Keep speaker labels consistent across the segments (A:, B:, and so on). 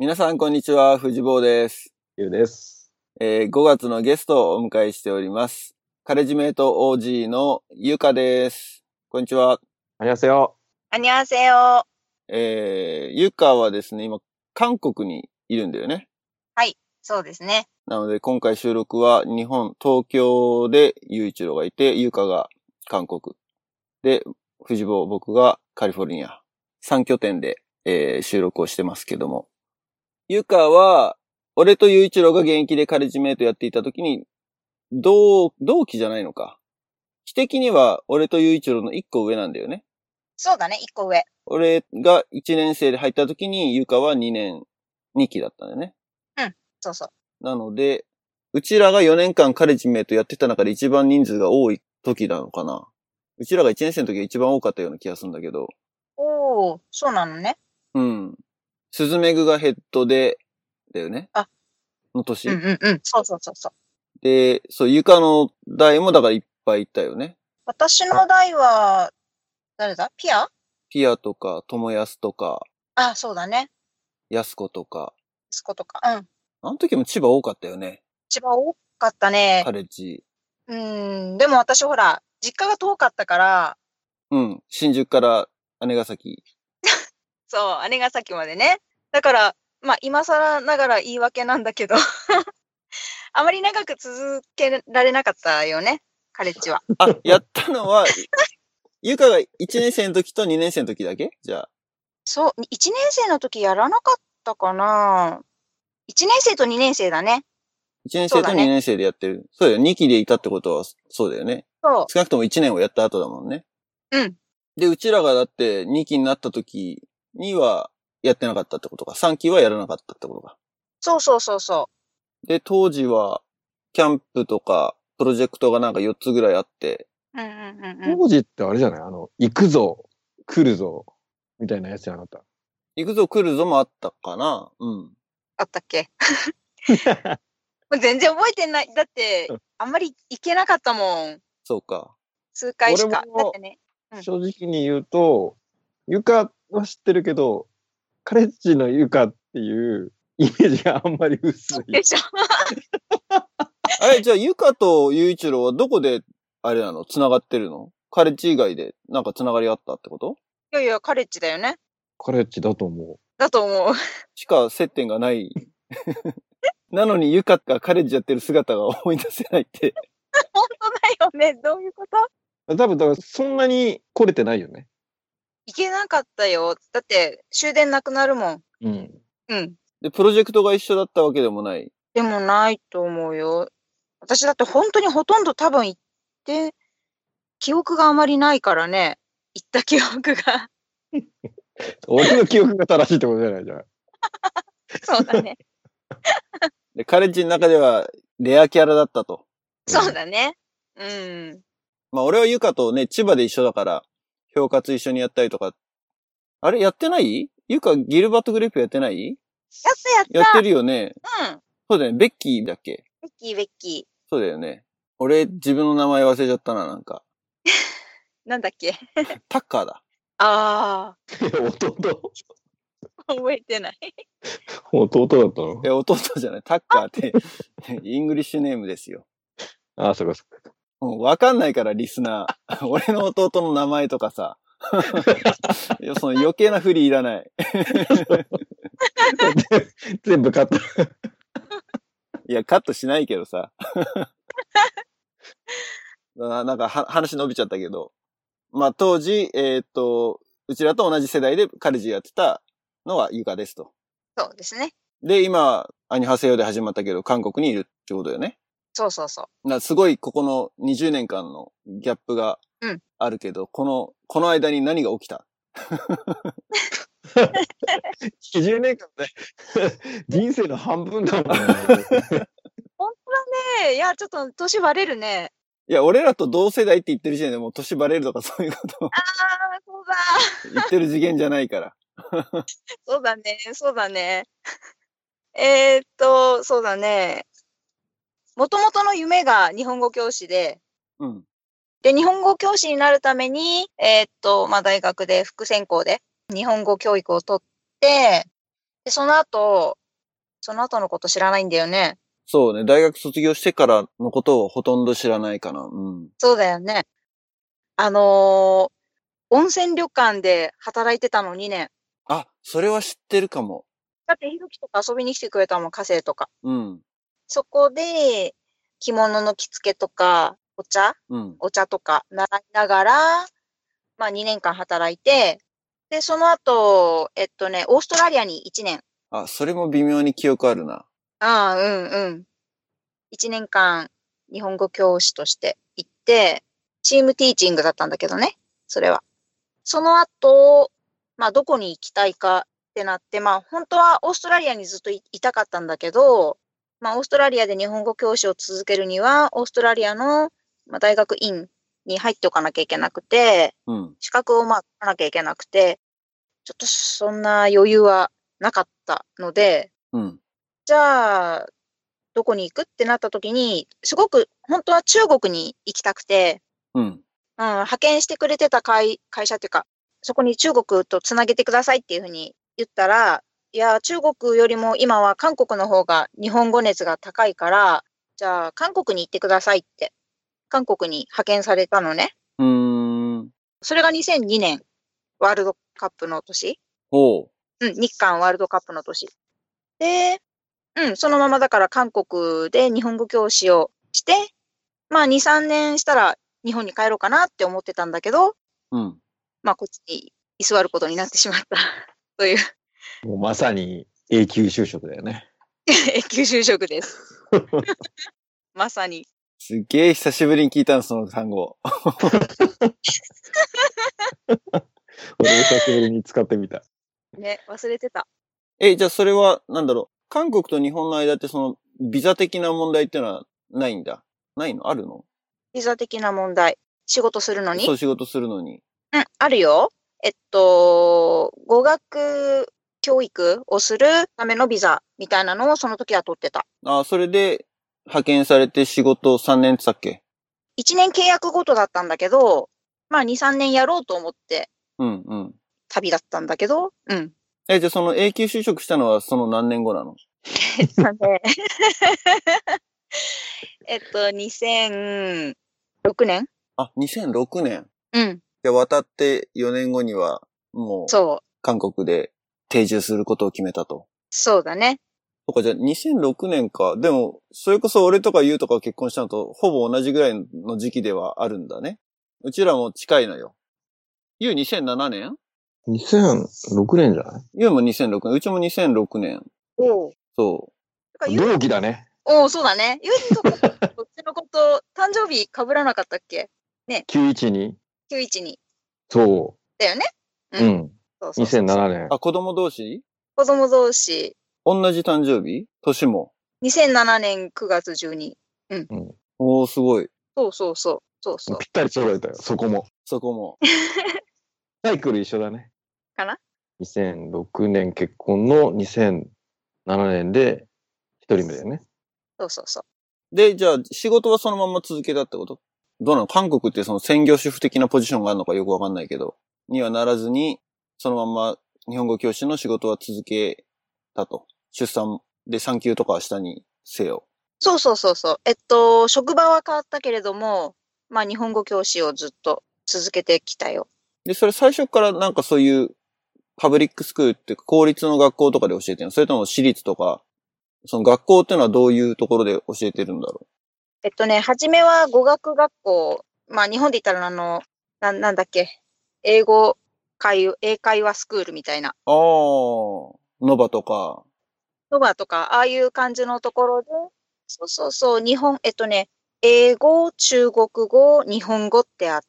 A: 皆さん、こんにちは。藤坊です。
B: ゆうです。
A: 5月のゲストをお迎えしております。カレッジメイト OG のゆかです。こんにちは。
B: あにゃせよ。
C: あにゃせよ。
A: ゆかはですね、今、韓国にいるんだよね。
C: はい、そうですね。
A: なので、今回収録は東京でゆういちろうがいて、ゆかが韓国。で、藤坊、僕がカリフォルニア。3拠点で、収録をしてますけども。ゆかは、俺とゆういちろうが現役でカレッジメイトやっていた時に、同期じゃないのか。期的には、俺とゆういちろうの1個上なんだよね。
C: そうだね、1個上。
A: 俺が1年生で入った時に、ゆかは2年、2期だったんだよね。
C: うん、そうそう。
A: なので、うちらが4年間カレッジメイトやってた中で一番人数が多い時なのかな。うちらが1年生の時が一番多かったような気がするんだけど。
C: おー、そうなのね。
A: うん。スズメグがヘッドで、だよね。
C: あ、
A: の年。
C: そうそうそうそう。
A: で、そう、ゆかの代もだからいっぱいいたよね。
C: 私の代は、誰だ？ピア
A: とか、ともやすとか。
C: あ、そうだね。
A: やすことか。
C: 息子とか。うん。
A: あの時も千葉多かったよね。
C: 一番多かったね。
A: カレッジ。
C: でも私ほら、実家が遠かったから。
A: うん。新宿から姉ヶ崎。
C: そう、姉ヶ崎までね。だから、まあ今更ながら言い訳なんだけど。あまり長く続けられなかったよね、カレッジは。
A: あ、やったのは、ゆかが1年生の時と2年生の時だけじゃあ。
C: そう、1年生の時やらなかったかな。1年生と2年生だね。
A: 1年生と2年生でやってる。そうだよ。2期でいたってことは、そうだよね。
C: そう。
A: 少なくとも1年をやった後だもんね。
C: うん。
A: で、うちらがだって2期になった時にはやってなかったってことか。3期はやらなかったってことか。
C: そう。
A: で、当時は、キャンプとか、プロジェクトがなんか4つぐらいあって。
B: 当時ってあれじゃない？行くぞ、来るぞ、みたいなやつじゃなかった？
A: 行くぞ来るぞもあったかな。うん。
C: あったっけ全然覚えてない。だって、あんまり行けなかったもん。
A: そうか。
C: 数回しか。だって
B: ね、正直に言うと、ゆかは知ってるけど、カレッジのゆかっていうイメージがあんまり薄い。
C: でしょ
A: じゃあ、ゆかとゆういちろうはどこで、あれなの？繋がってるの？カレッジ以外でなんか繋がりあったってこと？
C: いやいや、カレッジだよね。
B: カレッジだと思う。
C: だと思う。
A: しか接点がない。なのにゆかがカレッジやってる姿が思い出せないって。
C: 本当だよね。どういうこと？
B: 多分、だからそんなに来れてないよね。
C: 行けなかったよ。だって終電なくなるもん。
B: うん。
A: で、プロジェクトが一緒だったわけでもない。
C: でもないと思うよ。私だって本当にほとんど多分行って、記憶があまりないからね。行った記憶が。
B: 俺の記憶が正しいってことじゃないじゃん。
C: そうだね。
A: で、カレッジの中ではレアキャラだったと。
C: そうだね。
A: まあ俺はゆかとね、千葉で一緒だから、評活一緒にやったりとか。あれやってない？ゆかギルバートグレープやってない？
C: やった
A: やってるよね。そうだよね。ベッキーだっけ？
C: ベッキー。
A: そうだよね。俺自分の名前忘れちゃったな、なんか。
C: なんだっけ
A: タッカーだ。
B: ああ。弟
C: 覚えてない。
B: 弟だったの？
A: 弟じゃない。タッカーって、イングリッシュネームですよ。
B: ああ、そうかそうか。
A: わかんないから、リスナー。俺の弟の名前とかさ。その余計なふりいらない。
B: 全部カット。
A: いや、カットしないけどさ。なんか話伸びちゃったけど。まあ当時、うちらと同じ世代でカレッジやってたのはゆかですと。
C: そうですね。
A: で、今、アニハセヨで始まったけど、韓国にいるってことよね。
C: そう。
A: すごい、ここの20年間のギャップがあるけど、この間に何が起きた
B: 20年間ね、人生の半分だもんね。
C: 本当だね。いや、ちょっと年バレるね。
A: いや、俺らと同世代って言ってる時点でもう年バレるとかそういうことを
C: そうだ。
A: 言ってる次元じゃないから。
C: そうだね。そうだね。もともとの夢が日本語教師で、で、日本語教師になるために、まあ、大学で副専攻で日本語教育を取って、で、 で、その後のこと知らないんだよね。
A: そうね。大学卒業してからのことをほとんど知らないかな。うん。
C: そうだよね。温泉旅館で働いてたの2年。
A: あ、それは知ってるかも。
C: だってひろきとか遊びに来てくれたもん、家政とか。
A: うん。
C: そこで、着物の着付けとか、
A: うん。
C: お茶とか習いながら、まあ2年間働いて、で、その後、オーストラリアに1年。
A: あ、それも微妙に記憶あるな。
C: ああ、うんうん。1年間日本語教師として行って、チームティーチングだったんだけどね、それは。その後、まあどこに行きたいかってなって、まあ本当はオーストラリアにずっといたかったんだけど、まあオーストラリアで日本語教師を続けるには、オーストラリアの大学院に入っておかなきゃいけなくて、
A: うん。
C: 資格をまあ取らなきゃいけなくて、ちょっとそんな余裕はなかったので、
A: うん。
C: じゃあ、どこに行くってなった時に、すごく本当は中国に行きたくて、
A: うん。
C: 派遣してくれてた会社っていうか、そこに中国とつなげてくださいっていうふうに言ったら、いや、中国よりも今は韓国の方が日本語熱が高いから、じゃあ韓国に行ってくださいって、韓国に派遣されたのね。それが2002年、ワールドカップの年。
A: ほ
C: 日韓ワールドカップの年。で、そのままだから韓国で日本語教師をして、まあ2、3年したら日本に帰ろうかなって思ってたんだけど、
A: う。うん。
C: まあこっちに居座ることになってしまったという
B: もうまさに永久就職だよね。
C: 永久就職です。まさに。
A: すっげえ久しぶりに聞いたの、その単語。
B: 俺も久しぶりに使ってみた。
C: ね、忘れてた。
A: じゃあそれは、なんだろう。韓国と日本の間ってビザ的な問題ってのはないんだ。ないの？あるの？
C: ビザ的な問題。仕事するのに？
A: そう、仕事するのに。
C: あるよ。語学教育をするためのビザみたいなのをその時は取ってた。
A: あ、それで派遣されて仕事3年って言ったっけ
C: ？1年契約ごとだったんだけど、まあ2、3年やろうと思って
A: うんうん。
C: 旅だったんだけど、
A: じゃあその永久就職したのはその何年後なの？
C: 2006年。
A: あ、2006年。
C: うん。
A: じゃあ渡って4年後にはもう
C: そう。
A: 韓国で定住することを決めたと。
C: そうだね。
A: とかじゃあ2006年か。でも、それこそ俺とかユウとか結婚したのとほぼ同じぐらいの時期ではあるんだね。うちらも近いのよ。ユウ2007年？
B: 2006年じゃない？
A: ユウも2006年。うちも2006年。そ
B: 同期だね。
C: そうだね。ユウとか、こっちのこと誕生日被らなかったっけね。
B: 912。
C: 912。
B: そ
C: だよね。
B: う。そうそうそう
C: 2007
B: 年。
A: あ、子供同士？
C: 子供同士。
A: 同じ誕生日？年も。
C: 2007年9月12。
A: おー、すごい。
C: そう。
B: ぴったり揃えたよ、そこも。
A: そこも。
B: サイクル一緒だね。
C: かな？
B: 2006年結婚の2007年で一人目だよね。
C: そう。
A: で、じゃあ仕事はそのまま続けたってこと？どうなの？韓国ってその専業主婦的なポジションがあるのかよくわかんないけど、にはならずに、そのまま日本語教師の仕事は続けたと。出産で産休とかは下にせよ。
C: そう。職場は変わったけれども、まあ日本語教師をずっと続けてきたよ。
A: で、それ最初からなんかそういうパブリックスクールっていうか公立の学校とかで教えてるの？それとも私立とか、その学校っていうのはどういうところで教えてるんだろ
C: 初めは語学学校、まあ日本で言ったらなんだっけ、英会話スクールみたいな。
A: う？ノバとか。
C: ノバとか、ああいう感じのところで、そう、英語、中国語、日本語ってあって、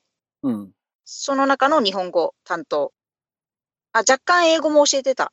C: その中の日本語担当。若干英語も教えてた。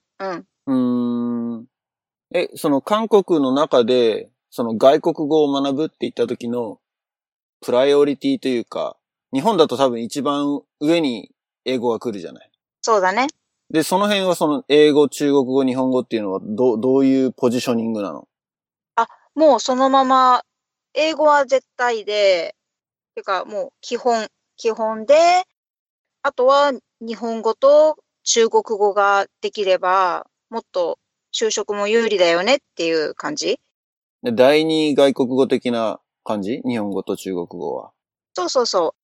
A: その韓国の中で、その外国語を学ぶって言った時のプライオリティというか、日本だと多分一番上に英語が来るじゃない。
C: そうだね。
A: で、その辺はその英語、中国語、日本語っていうのはどういうポジショニングなの？
C: もうそのまま、英語は絶対で、てかもう基本で、あとは日本語と中国語ができれば、 もっと就職も有利だよねっていう感じ。
A: で第二外国語的な感じ？日本語と中国語は。
C: そうそうそう。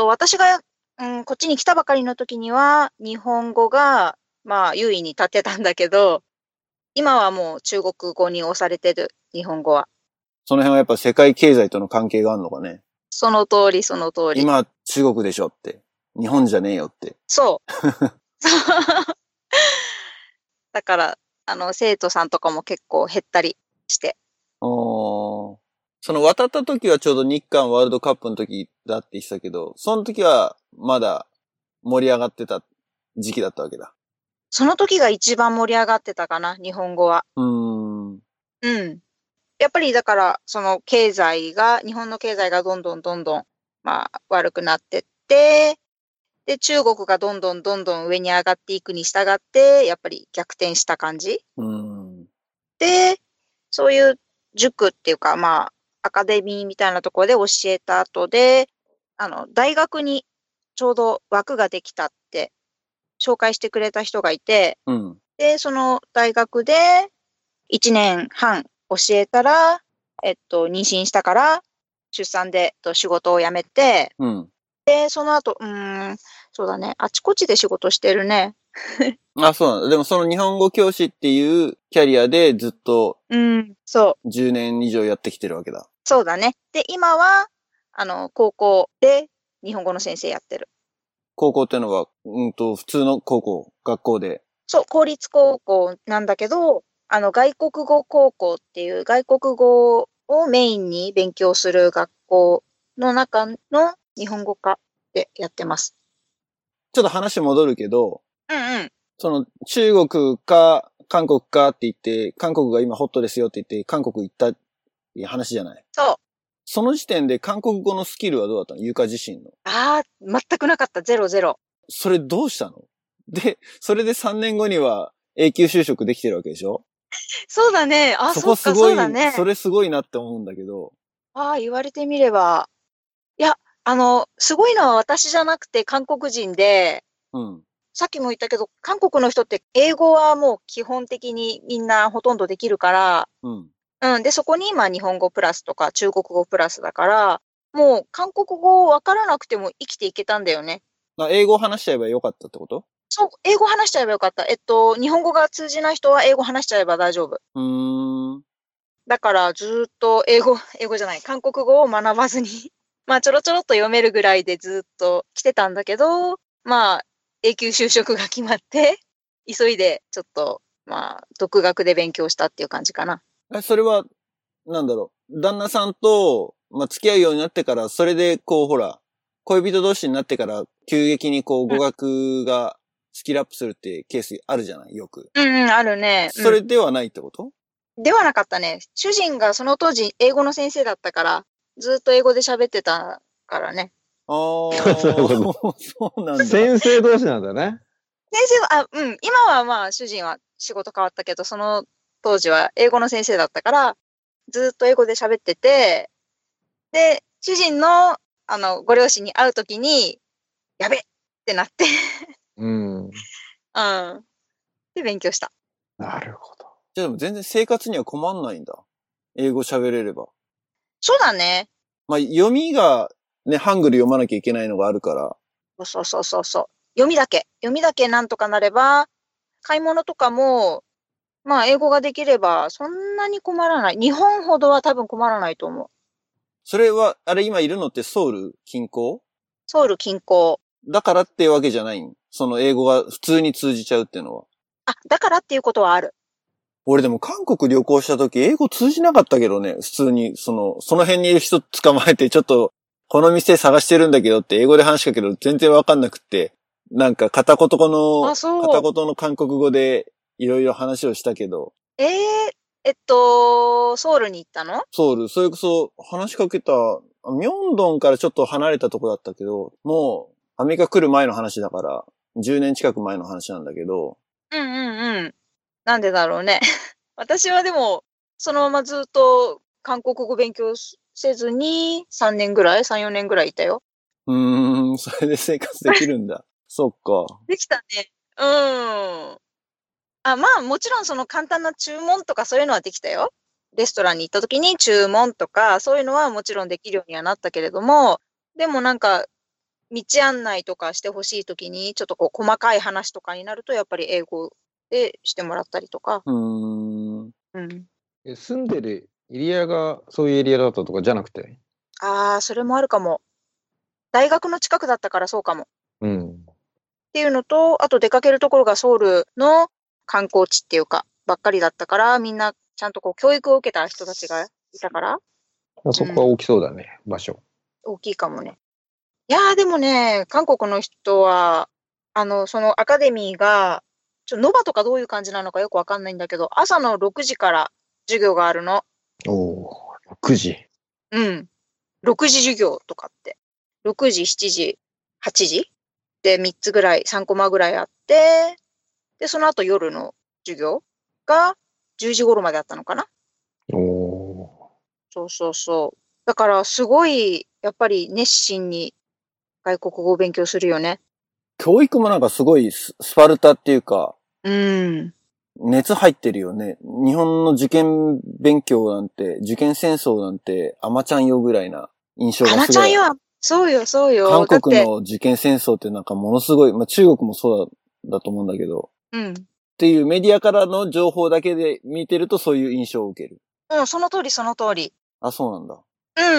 C: 私が、こっちに来たばかりの時には、日本語が、まあ、優位に立ってたんだけど、今はもう中国語に押されてる、日本語は。
A: その辺はやっぱ世界経済との関係があるのかね。
C: その通り、その通り。
A: 今、中国でしょって。日本じゃねえよって。
C: そう。だから、生徒さんとかも結構減ったりして。
A: その渡った時はちょうど日韓ワールドカップの時だって言ってたけど、その時はまだ盛り上がってた時期だったわけだ。
C: その時が一番盛り上がってたかな、日本語は。うん。やっぱりだから、その日本の経済がどんどん、まあ、悪くなってって、で、中国がどんどん上に上がっていくに従って、やっぱり逆転した感じ。で、そういう塾っていうか、まあ、アカデミーみたいなところで教えた後で、大学にちょうど枠ができたって紹介してくれた人がいて、で、その大学で1年半教えたら、妊娠したから、出産で仕事を辞めて、で、その後、そうだね、あちこちで仕事してるね。
A: あ、そうなんだ。でもその日本語教師っていうキャリアでずっと、
C: そう。
A: 10年以上やってきてるわけだ。
C: そうだね。で、今は、高校で日本語の先生やってる。
A: 高校ってのは、普通の学校で。
C: そう、公立高校なんだけど、外国語高校っていう外国語をメインに勉強する学校の中の日本語科でやってます。
A: ちょっと話戻るけど、その中国か韓国かって言って、韓国が今ホットですよって言って、韓国行ったっていう話じゃない？
C: そう。
A: その時点で韓国語のスキルはどうだったの？ゆか自身の。
C: 全くなかった。ゼロ。
A: それどうしたの？で、それで3年後には永久就職できてるわけでしょ？
C: そうだね。
A: そこすごい、そうだね。それすごいなって思うんだけど。
C: 言われてみれば。いや、すごいのは私じゃなくて韓国人で、さっきも言ったけど、韓国の人って英語はもう基本的にみんなほとんどできるから、で、そこに今日本語プラスとか中国語プラスだから、もう韓国語わからなくても生きていけたんだよね。
A: 英語を話しちゃえばよかったってこと？
C: そう、英語話しちゃえばよかった。日本語が通じない人は英語話しちゃえば大丈夫。だからずっと英語じゃない、韓国語を学ばずに、まあちょろっと読めるぐらいでずっと来てたんだけど、まあ永久就職が決まって、急いでちょっと、まあ独学で勉強したっていう感じかな。
A: それは、なんだろう、旦那さんと、付き合うようになってから、それでほら、恋人同士になってから、急激に語学がスキルアップするってケースあるじゃない？よく。
C: あるね。
A: それではないってこと？
C: ではなかったね。主人がその当時英語の先生だったから、ずっと英語で喋ってたからね。
A: そうなんだ。
B: 先生同士なんだね。
C: 先生は、今はまあ主人は仕事変わったけど、その当時は英語の先生だったから、ずっと英語で喋ってて、で、主人の、ご両親に会うときに、やべってなってで、勉強した。
B: なるほど。
A: じゃあでも全然生活には困んないんだ。英語喋れれば。
C: そうだね。
A: 読みが、ね、ハングル読まなきゃいけないのがあるから。
C: そう。読みだけなんとかなれば、買い物とかも、まあ、英語ができれば、そんなに困らない。日本ほどは多分困らないと思う。
A: それは、今いるのってソウル近郊？
C: ソウル近郊。
A: だからっていうわけじゃないん？その英語が普通に通じちゃうっていうのは。
C: だからっていうことはある。
A: 俺でも韓国旅行した時英語通じなかったけどね、普通に、その辺にいる人捕まえてちょっと、この店探してるんだけどって英語で話しかけると全然わかんなくって、なんか片言の韓国語でいろいろ話をしたけど。
C: ソウルに行ったの？
A: ソウル、それこそ話しかけた、ミョンドンからちょっと離れたとこだったけど、もうアメリカ来る前の話だから、10年近く前の話なんだけど。
C: なんでだろうね。私はでも、そのままずっと韓国語勉強せずに3、4年ぐらいいたよ。
A: それで生活できるんだ。そっか。
C: できたね。 まあもちろんその簡単な注文とかそういうのはできたよ。レストランに行った時に注文とかそういうのはもちろんできるようにはなったけれども、でもなんか道案内とかしてほしい時にちょっとこう細かい話とかになるとやっぱり英語でしてもらったりとか。うん。
B: 住んでるエリアがそういうエリアだったとかじゃなくて。
C: それもあるかも。大学の近くだったからそうかも。っていうのと、あと出かけるところがソウルの観光地っていうか、ばっかりだったから、みんなちゃんとこう教育を受けた人たちがいたから。
B: そこは大きそうだね、場所。
C: 大きいかもね。いやーでもね、韓国の人は、そのアカデミーが、ノバとかどういう感じなのかよくわかんないんだけど、朝の6時から授業があるの。
B: 6時。
C: 6時授業とかって。6時、7時、8時で3つぐらい、3コマぐらいあって、で、その後夜の授業が10時頃まであったのかな。そうそうそう。だからすごい、やっぱり熱心に外国語を勉強するよね。
A: 教育もなんかすごいスパルタっていうか、熱入ってるよね。日本の受験勉強なんて、受験戦争なんて、アマちゃんよぐらいな印象がすごい。
C: アマちゃんよ。そうよ、そうよ。
A: 韓国の受験戦争ってなんかものすごい、まあ中国もそうだと思うんだけど。っていうメディアからの情報だけで見てるとそういう印象を受ける。
C: その通り、その通り。
A: あ、そうなんだ。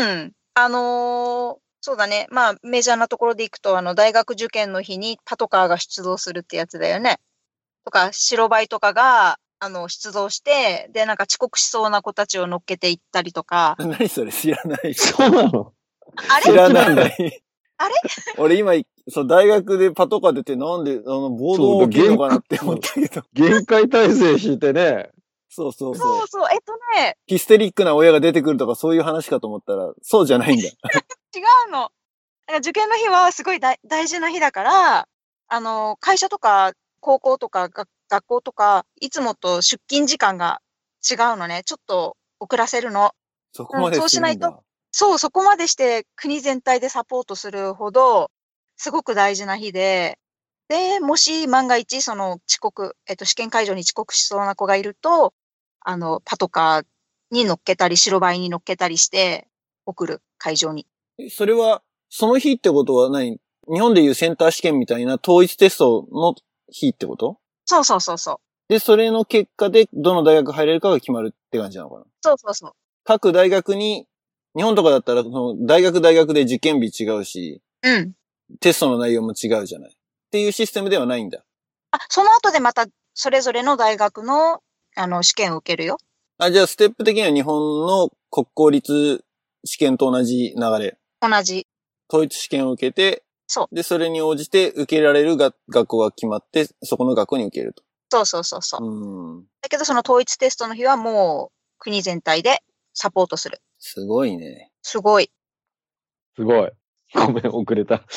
C: そうだね。まあ、メジャーなところで行くと、大学受験の日にパトカーが出動するってやつだよね。とか、白バイとかが、出動して、で、なんか遅刻しそうな子たちを乗っけて行ったりとか。
A: 何それ知らない。
B: そうなの？
C: あれ
A: 知らない。
C: あれ
A: 俺今、大学でパトカー出てなんで、暴動起きるのかなって思ったけど。
B: 厳戒態勢敷いてね。
C: そう。
A: ヒステリックな親が出てくるとかそういう話かと思ったら、そうじゃないんだ。違
C: うの。受験の日はすごい大事な日だから、会社とか高校とか学校とか、いつもと出勤時間が違うのね。ちょっと遅らせるの。
A: そこまでしてるんだ。
C: そうしないと。そう、そこまでして国全体でサポートするほど、すごく大事な日で、で、もし万が一、その遅刻、試験会場に遅刻しそうな子がいると、パトカーに乗っけたり、白バイに乗っけたりして、送る会場に。
A: それは、その日ってことは何？日本でいうセンター試験みたいな統一テストの日ってこと？
C: そう。
A: で、それの結果でどの大学入れるかが決まるって感じなのかな？
C: そう。
A: 各大学に、日本とかだったら、その大学で受験日違うし、テストの内容も違うじゃない。っていうシステムではないんだ。
C: その後でまた、それぞれの大学の、試験を受けるよ。
A: じゃあ、ステップ的には日本の国公立試験と同じ流れ。
C: 同じ。
A: 統一試験を受けて、
C: そう。
A: で、それに応じて受けられる学校が決まって、そこの学校に受けると。
C: そう。だけど、その統一テストの日はもう、国全体でサポートする。
A: すごいね。
C: すごい。
B: ごめん、遅れた。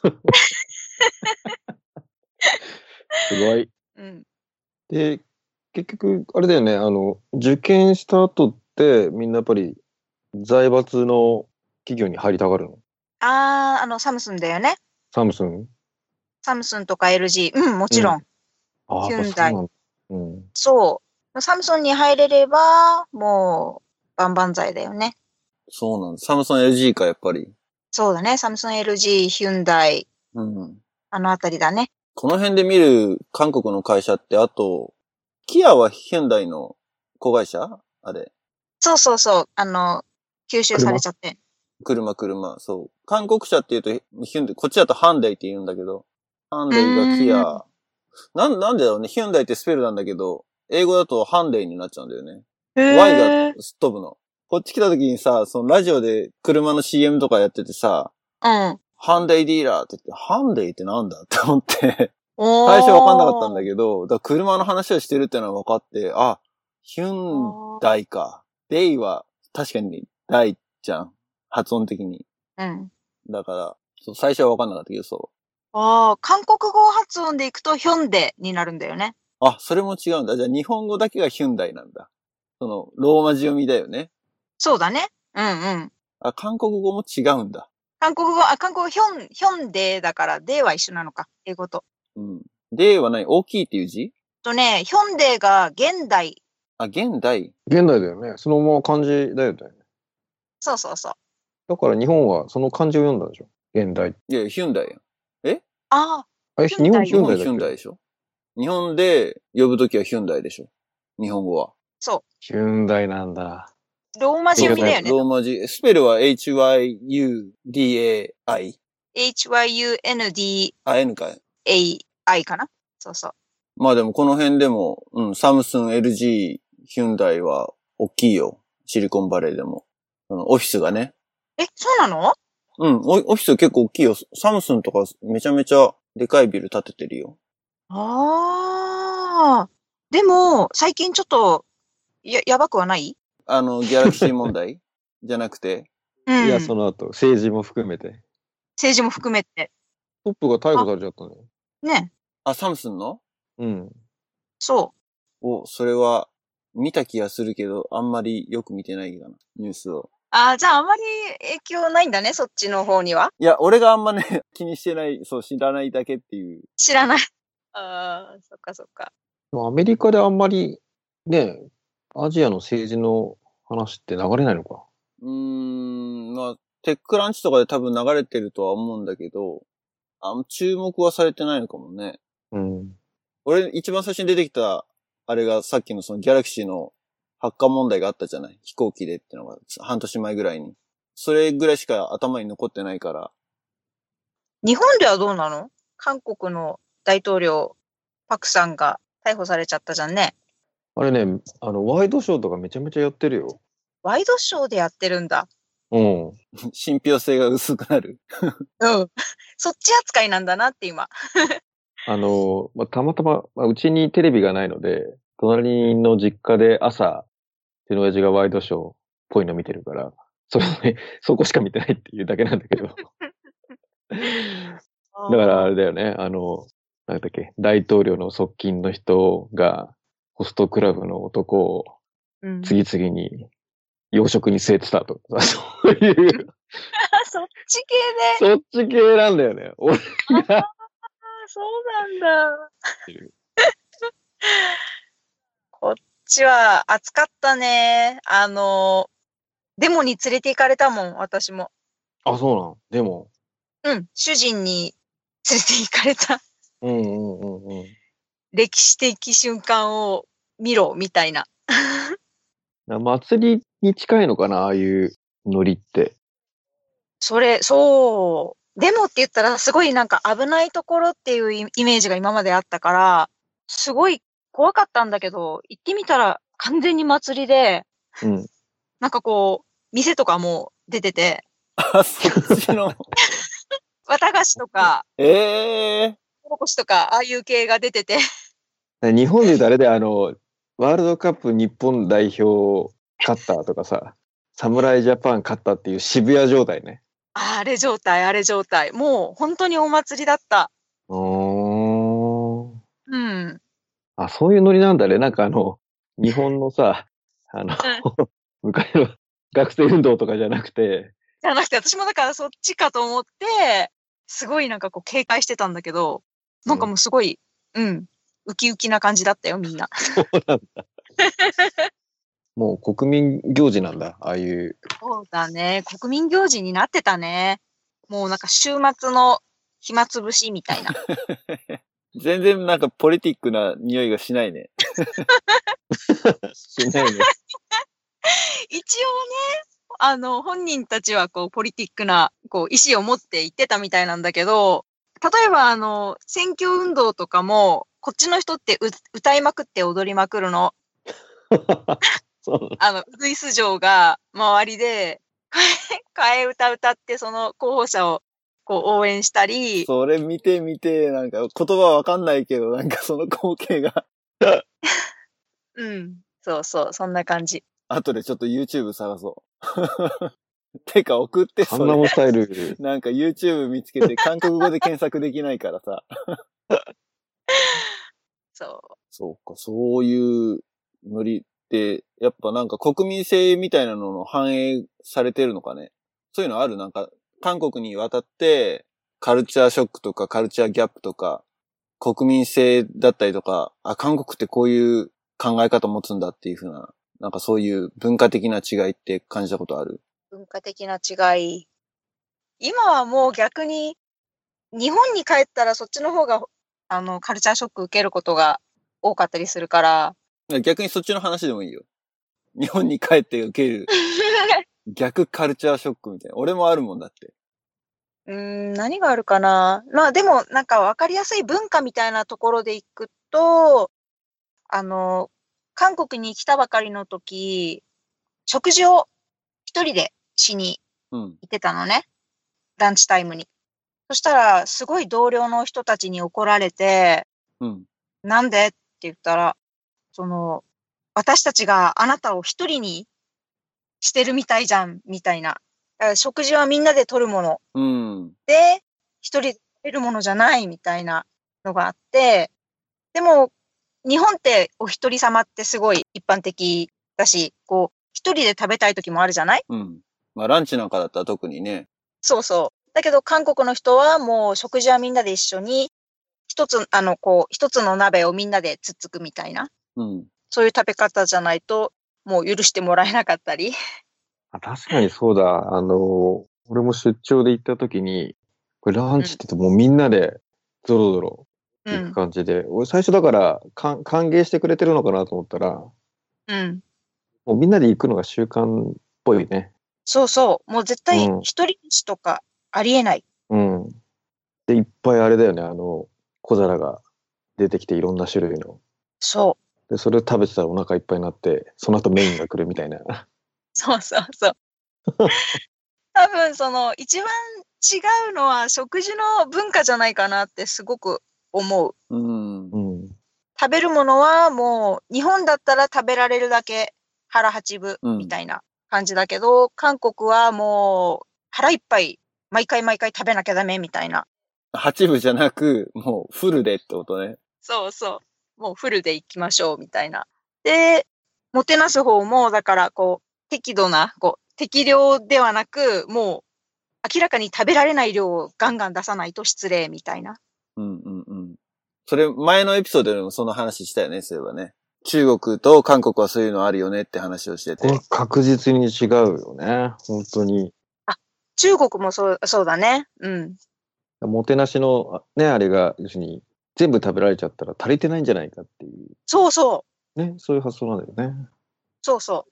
B: すごい。で、結局、あれだよね、受験した後って、みんなやっぱり、財閥の企業に入りたがるの？
C: サムスンだよね。
B: サムスン
C: とか LG。もちろん。ヒュンダイ。そう。サムスンに入れれば、もう、万々歳だよね。
A: そうなんです。サムソン LG か、やっぱり。
C: そうだね。サムソン LG、ヒュンダイ。あのあたりだね。
A: この辺で見る韓国の会社って、あと、キアはヒュンダイの子会社あれ。
C: そう。吸収されちゃって。
A: 車。そう。韓国車って言うと、ヒュンダイ、こっちだとハンダイって言うんだけど、ハンダイがキア。なんでだろうね。ヒュンダイってスペルなんだけど、英語だとハンダイになっちゃうんだよね。Y がすっ飛ぶの。こっち来た時にさ、そのラジオで車の CM とかやっててさ、ハンダイディーラーって言って、ハンダイってなんだって思って、最初わかんなかったんだけど、だから車の話をしてるってのは分かって、ヒュンダイか。デイは確かにダイじゃん。発音的に。だから、最初は分かんなかったけど、そう。
C: 韓国語発音でいくとヒョンデになるんだよね。
A: それも違うんだ。じゃあ日本語だけがヒュンダイなんだ。その、ローマ字読みだよね。
C: そうだね。
A: 韓国語も違うんだ。
C: 韓国語ヒョンデだから、デは一緒なのか。英語と。
A: デは何？大きいっていう字？
C: ヒョンデが現代。
A: あ、現代
B: 現代だよね。そのまま漢字だよね。
C: そうそうそう。
B: だから日本はその漢字を読んだでしょ。現代。
A: いや、ヒュンダイや。
C: ああ、
B: 日本ヒ
A: 日本ヒ
B: ュンダイだっけ？
A: ュンダイでしょ？日本で呼ぶときはヒュンダイでしょ？日本語は。
C: そ
B: ヒュンダイなんだ。
C: う。ローマ字読みだよね。
A: ローマ字。スペルは HYUDAI。
C: HYUNDAI
A: あ、N かい。
C: かな？そうそう。
A: まあでもこの辺でも、サムスン、LG、ヒュンダイは大きいよ。シリコンバレーでも。オフィスがね。
C: そうなの？
A: オフィス結構大きいよ。サムスンとかめちゃめちゃでかいビル建ててるよ。
C: ああ。でも、最近ちょっと、やばくはない？
A: ギャラクシー問題じゃなくて。
B: いや、その後、政治も含めて。
C: 政治も含めて。
B: トップが逮捕されちゃったのよ。
C: ね。
A: あ、サムスンの？
C: そう。
A: それは見た気がするけど、あんまりよく見てないかな、ニュースを。
C: じゃああんまり影響ないんだね、そっちの方には。
A: いや、俺があんまね、気にしてない、知らないだけっていう。
C: 知らない。そっかそっか。
B: アメリカであんまり、ね、アジアの政治の話って流れないのか。
A: まあ、テッククランチとかで多分流れてるとは思うんだけど、注目はされてないのかもね。俺、一番最初に出てきた、あれがさっきのそのギャラクシーの発火問題があったじゃない？飛行機でってのが、半年前ぐらいに。それぐらいしか頭に残ってないから。
C: 日本ではどうなの？韓国の大統領、パクさんが逮捕されちゃったじゃんね。
B: あれね、ワイドショーとかめちゃめちゃやってるよ。
C: ワイドショーでやってるんだ。
A: 信憑性が薄くなる。
C: そっち扱いなんだなって今。
B: たまたま、うちにテレビがないので、隣の実家で朝、うちの親父がワイドショーっぽいの見てるから、そこしか見てないっていうだけなんだけど。だからあれだよね、なんだっけ、大統領の側近の人が、ホストクラブの男を次々に洋食に据えてたとか、そういう。
C: そっち系
B: で。そっち系なんだよね。俺が。
C: そうなんだ。こっちは暑かったね。デモに連れて行かれたもん、私も。
B: あ、そうなん。でも。
C: 主人に連れて行かれた。歴史的瞬間を見ろ、みたいな。
B: 祭りに近いのかな、ああいうノリって。
C: そう。デモって言ったらすごいなんか危ないところっていうイメージが今まであったから、すごい怖かったんだけど、行ってみたら完全に祭りで、なんかこう、店とかも出てて。
A: そっちの。
C: 綿菓子とか、おこしとか、ああいう系が出てて。
B: 日本で言うとあれでワールドカップ日本代表勝ったとかさ、侍ジャパン勝ったっていう渋谷状態ね。
C: あれ状態。もう本当にお祭りだった。
B: あ、そういうノリなんだね。なんか日本のさ、昔の学生運動とかじゃなくて、
C: 私もだからそっちかと思って、すごいなんかこう警戒してたんだけど、なんかもうすごい、ウキウキな感じだったよ、みんな。
B: そうなんだ。もう国民行事なんだ、ああいう。
C: そうだね。国民行事になってたね。もうなんか週末の暇つぶしみたいな。
A: 全然なんかポリティックな匂いがしないね。
B: しないね。
C: 一応ね、本人たちはこうポリティックなこう意思を持って言ってたみたいなんだけど、例えば選挙運動とかも、こっちの人って歌いまくって踊りまくるの。ウグイス嬢が周りで、替え歌歌ってその候補者をこう応援したり。
A: それ見て、なんか言葉わかんないけど、なんかその光景が。
C: そう、そんな感じ。
A: 後でちょっと YouTube 探そう。てか送って
B: それ。カンナモスタイル。
A: なんか YouTube 見つけて韓国語で検索できないからさ。そうか、そういうノリって、やっぱなんか国民性みたいなのの反映されてるのかね。そういうのある？なんか、韓国に渡って、カルチャーショックとかカルチャーギャップとか、 国民性だったりとか、韓国ってこういう考え方を持つんだっていう風な、なんかそういう文化的な違いって感じたことある？
C: 文化的な違い。今はもう逆に、日本に帰ったらそっちの方が、カルチャーショック受けることが多かったりするから。
A: 逆にそっちの話でもいいよ。日本に帰って受ける逆カルチャーショックみたいな。俺もあるもんだって。
C: 何があるかな。まあでもなんか分かりやすい文化みたいなところでいくと、韓国に来たばかりの時、食事を一人でしに行ってたのね。ランチタイムに。そしたら、すごい同僚の人たちに怒られて、なんでって言ったら、私たちがあなたを一人にしてるみたいじゃん、みたいな。食事はみんなで取るもの。で、一人で食べるものじゃないみたいなのがあって、でも、日本ってお一人様ってすごい一般的だし、一人で食べたい時もあるじゃない？
A: まあランチなんかだったら特にね。
C: そうそう。だけど韓国の人はもう食事はみんなで一緒に、一つの鍋をみんなでつっつくみたいな。そういう食べ方じゃないと、もう許してもらえなかったり。
B: 確かにそうだ。俺も出張で行った時に、これランチって言ってもうみんなでゾロゾロ行く感じで、俺最初だから歓迎してくれてるのかなと思ったら、もうみんなで行くのが習慣っぽいね。
C: そうそう。もう絶対一人飯とかありえない。
B: で、いっぱいあれだよね。小皿が出てきていろんな種類の。
C: そう。
B: で、それを食べてたらお腹いっぱいになって、その後メインが来るみたいな。
C: そうそうそう。多分一番違うのは食事の文化じゃないかなってすごく思う。食べるものはもう日本だったら食べられるだけ腹八分みたいな感じだけど、韓国はもう腹いっぱい毎回食べなきゃダメみたいな。
A: 八分じゃなく、もうフルでってことね。
C: そうそう。もうフルで行きましょうみたいな。で、もてなす方もだから適度な、適量ではなく、もう明らかに食べられない量をガンガン出さないと失礼みたいな。
A: それ前のエピソードでもその話したよね、そういえばね。中国と韓国はそういうのあるよねって話をしてて。
B: 確実に違うよね。本当に。
C: 中国もそうだね。
B: もてなしのね、あれが、要するに全部食べられちゃったら足りてないんじゃないかっていう。
C: そうそう。
B: ね、そういう発想なんだよね。
C: そうそう。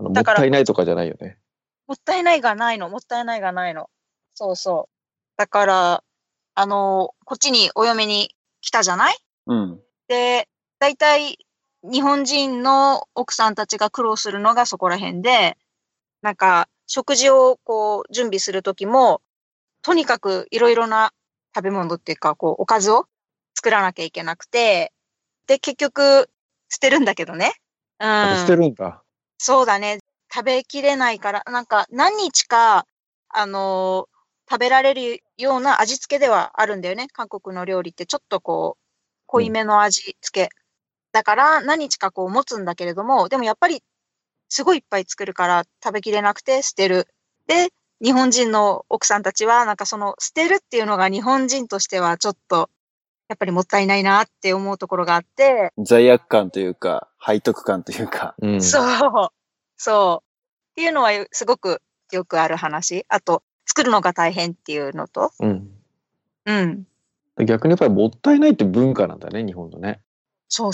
B: もったいないとかじゃないよね。
C: もったいないがないの。そうそう。だから、こっちにお嫁に来たじゃない？で、大体、日本人の奥さんたちが苦労するのがそこら辺で、なんか、食事を準備するときも、とにかくいろいろな食べ物っていうか、おかずを作らなきゃいけなくて、で、結局、捨てるんだけどね。
B: 捨てるんだ。
C: そうだね。食べきれないから、なんか何日か、食べられるような味付けではあるんだよね。韓国の料理ってちょっと濃いめの味付け。だから何日か持つんだけれども、でもやっぱりすごいいっぱい作るから食べきれなくて捨てる。で、日本人の奥さんたちはなんか捨てるっていうのが日本人としてはちょっとやっぱりもったいないなって思うところがあって。
A: 罪悪感というか、背徳感というか。
C: そう。っていうのはすごくよくある話。あと、作るのが大変っていうのと。
B: 逆にやっぱりもったいないって文化なんだね、日本のね。
C: そう。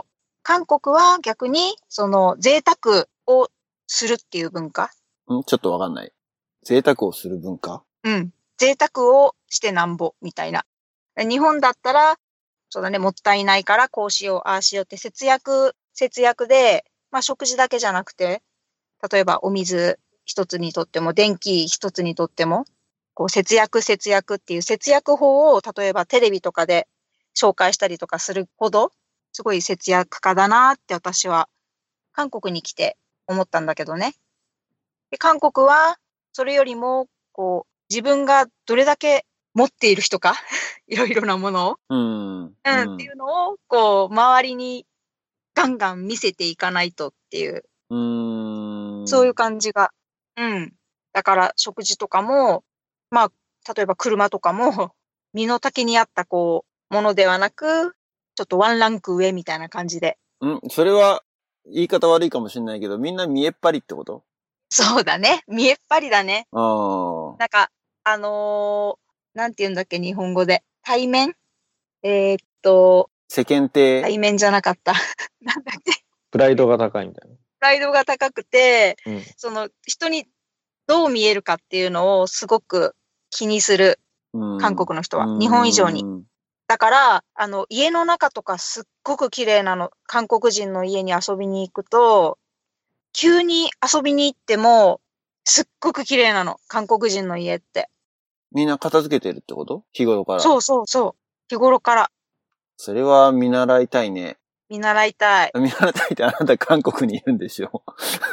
C: 韓国は逆に、贅沢をするっていう文化。
A: ちょっとわかんない。贅沢をする文化？
C: 贅沢をしてなんぼ、みたいな。日本だったら、そうだね、もったいないからこうしよう、ああしようって節約で、まあ食事だけじゃなくて、例えばお水一つにとっても、電気一つにとっても、節約っていう節約法を、例えばテレビとかで紹介したりとかするほど、すごい節約家だなって私は韓国に来て思ったんだけどね。で、韓国はそれよりも、自分がどれだけ持っている人か、いろいろなものを、っていうのを、周りにガンガン見せていかないとっていう、そういう感じが。だから食事とかも、まあ、例えば車とかも、身の丈に合ったもものではなく、ちょっとワンランク上みたいな感じで。
A: それは、言い方悪いかもしれないけど、みんな見えっ張りってこと？
C: そうだね。見えっ張りだね。
A: なん
C: か、なんて言うんだっけ、日本語で。対面？世
A: 間体。
C: 対面じゃなかった。なんだっけ。
B: プライドが高いみたいな。
C: プライドが高くて、
B: うん、
C: 人にどう見えるかっていうのをすごく気にする。韓国の人は。日本以上に。だから、家の中とかすっごく綺麗なの。韓国人の家に遊びに行くと、急に遊びに行っても、すっごく綺麗なの。韓国人の家って。
A: みんな片付けてるってこと？日頃から。
C: そうそうそう。日頃から。
A: それは見習いたいね。
C: 見習いたい。
A: 見習いたいってあなた韓国にいるんでしょ？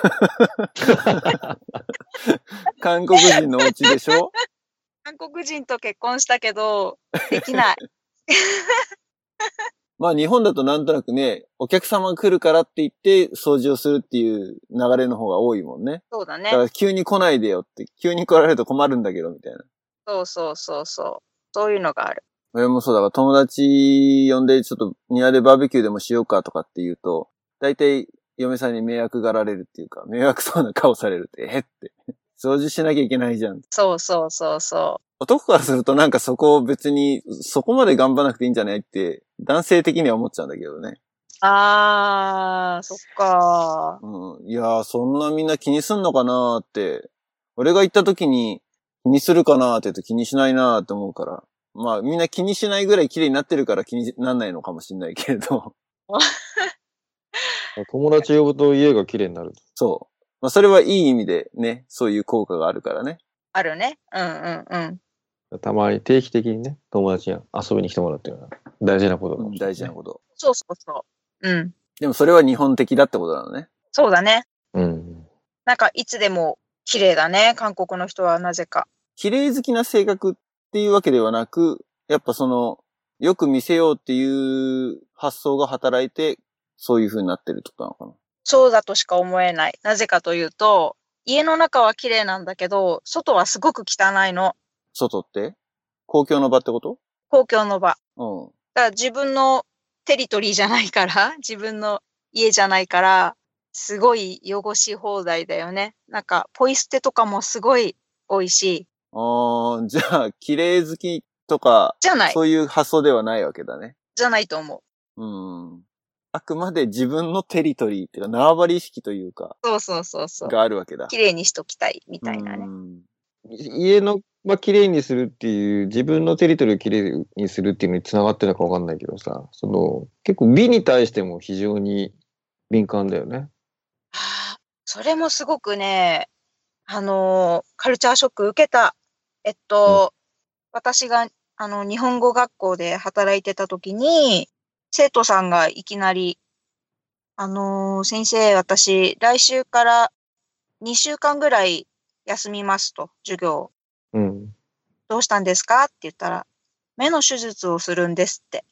A: 韓国人のお家でしょ？
C: 韓国人と結婚したけど、できない。
A: まあ日本だとなんとなくね、お客様が来るからって言って掃除をするっていう流れの方が多いもんね。
C: そうだね。
A: だから急に来ないでよって、急に来られると困るんだけどみたいな。
C: そうそうそうそう。そういうのがある。
A: 俺もそうだから友達呼んでちょっと庭でバーベキューでもしようかとかって言うと、大体嫁さんに迷惑がられるっていうか、迷惑そうな顔されるって、って。掃除しなきゃいけないじゃん。
C: そうそうそうそう。
A: 男からするとなんかそこを別にそこまで頑張らなくていいんじゃないって男性的には思っちゃうんだけどね。
C: そっか。
A: いやー、そんなみんな気にすんのかなーって。俺が行った時に気にするかなーって言うと気にしないなーって思うから。まあみんな気にしないぐらい綺麗になってるから気になんないのかもしれないけれど。
B: 友達呼ぶと家が綺麗になる。
A: そう。まあそれはいい意味でね、そういう効果があるからね。
C: あるね。うん。
B: たまに定期的にね、友達に遊びに来てもらうっていうのは大事なことだ、ね、
A: 大事なこと。
C: そうそうそう。うん。
A: でもそれは日本的だってことなのね。
C: そうだね。
B: うん。
C: なんかいつでも綺麗だね、韓国の人はなぜか。
A: 綺麗好きな性格っていうわけではなく、やっぱよく見せようっていう発想が働いて、そういう風になってるってことなのかな。
C: そうだとしか思えない。なぜかというと、家の中は綺麗なんだけど、外はすごく汚いの。
A: 外って公共の場ってこと？
C: 公共の場。
A: うん。
C: だから自分のテリトリーじゃないから、自分の家じゃないから、すごい汚し放題だよね。なんか、ポイ捨てとかもすごい多いし。
A: じゃあ、綺麗好きとか、
C: じゃない。
A: そういう発想ではないわけだね。
C: じゃないと思
A: う。あくまで自分のテリトリーっていうか、縄張り意識というか。
C: そう。
A: があるわけだ。
C: 綺麗にしときたい、みたいなね。
B: 家の綺麗にするっていう、自分のテリトリーを綺麗にするっていうのに繋がってるのかわかんないけどさ、結構美に対しても非常に敏感だよね。
C: それもすごくね、カルチャーショック受けた。私が、日本語学校で働いてた時に、生徒さんがいきなり、先生、私、来週から2週間ぐらい休みますと、授業。どうしたんですかって言ったら、目の手術をするんですって。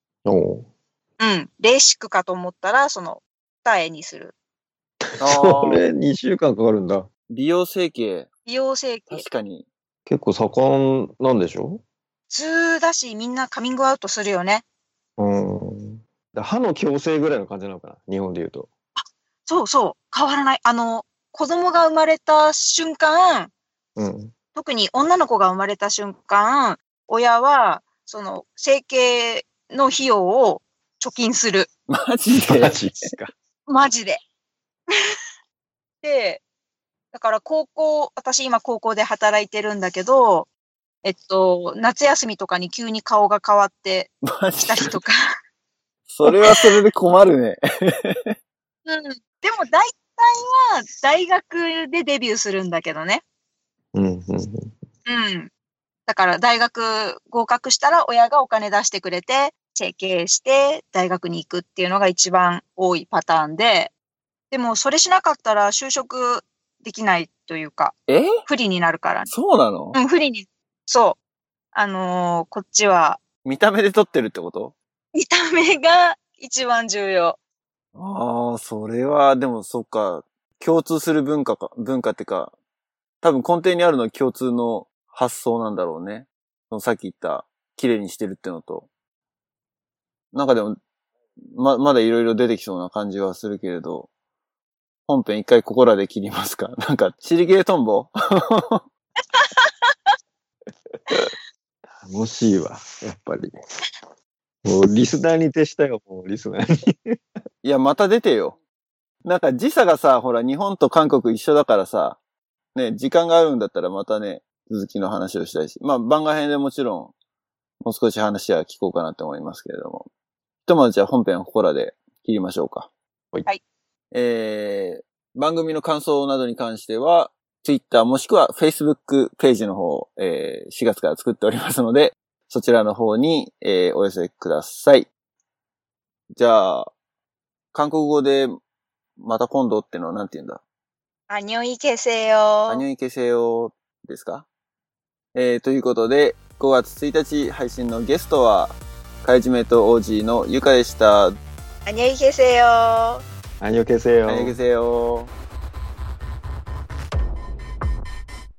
C: レーシックかと思ったら、二重にする。
B: それ2週間かかるんだ。
A: 美容整形。
C: 確
A: かに。
B: 結構盛んなんでしょ？
C: 普通だし、みんなカミングアウトするよね。
B: 歯の矯正ぐらいの感じなのかな、日本で言うと。
C: そう、変わらない。子供が生まれた瞬間、特に女の子が生まれた瞬間、親は、整形の費用を貯金する。
A: マジですか。
C: マジで。で、だから私今高校で働いてるんだけど、夏休みとかに急に顔が変わってきたりとか。
A: それはそれで困るね。
C: でも大体は大学でデビューするんだけどね。だから大学合格したら親がお金出してくれて、整形して大学に行くっていうのが一番多いパターンで、でもそれしなかったら就職できないというか、不利になるから。
A: そうなの？
C: 不利に。そう。こっちは。
A: 見た目で撮ってるってこと？
C: 見た目が一番重要。
A: それは、でもそっか、共通する文化ってか、多分根底にあるのは共通の発想なんだろうね。さっき言った、綺麗にしてるってのと。 なんかでも、まだいろいろ出てきそうな感じはするけれど、本編一回ここらで切りますか。なんか、チリゲートンボ
B: 楽しいわ、やっぱり。もうリスナーに徹したよ、もうリスナーに。
A: いや、また出てよ。なんか時差がさ、ほら、日本と韓国一緒だからさ、ね、時間があるんだったらまたね、続きの話をしたいし。まあ、番外編でもちろん、もう少し話は聞こうかなと思いますけれども。ひとまずじゃあ本編はここらで切りましょうか。
B: はい。
A: 番組の感想などに関しては、Twitter もしくは Facebook ページの方、4月から作っておりますので、そちらの方に、お寄せください。じゃあ、韓国語で、また今度ってのは何て言うんだ？
C: 안녕히계세요。
A: ですか？ということで、5月1日配信のゲストは、カイジメイト OG のゆかでした。
C: 안녕히계세요。
B: 안녕히계세요。
A: 안녕히계세요。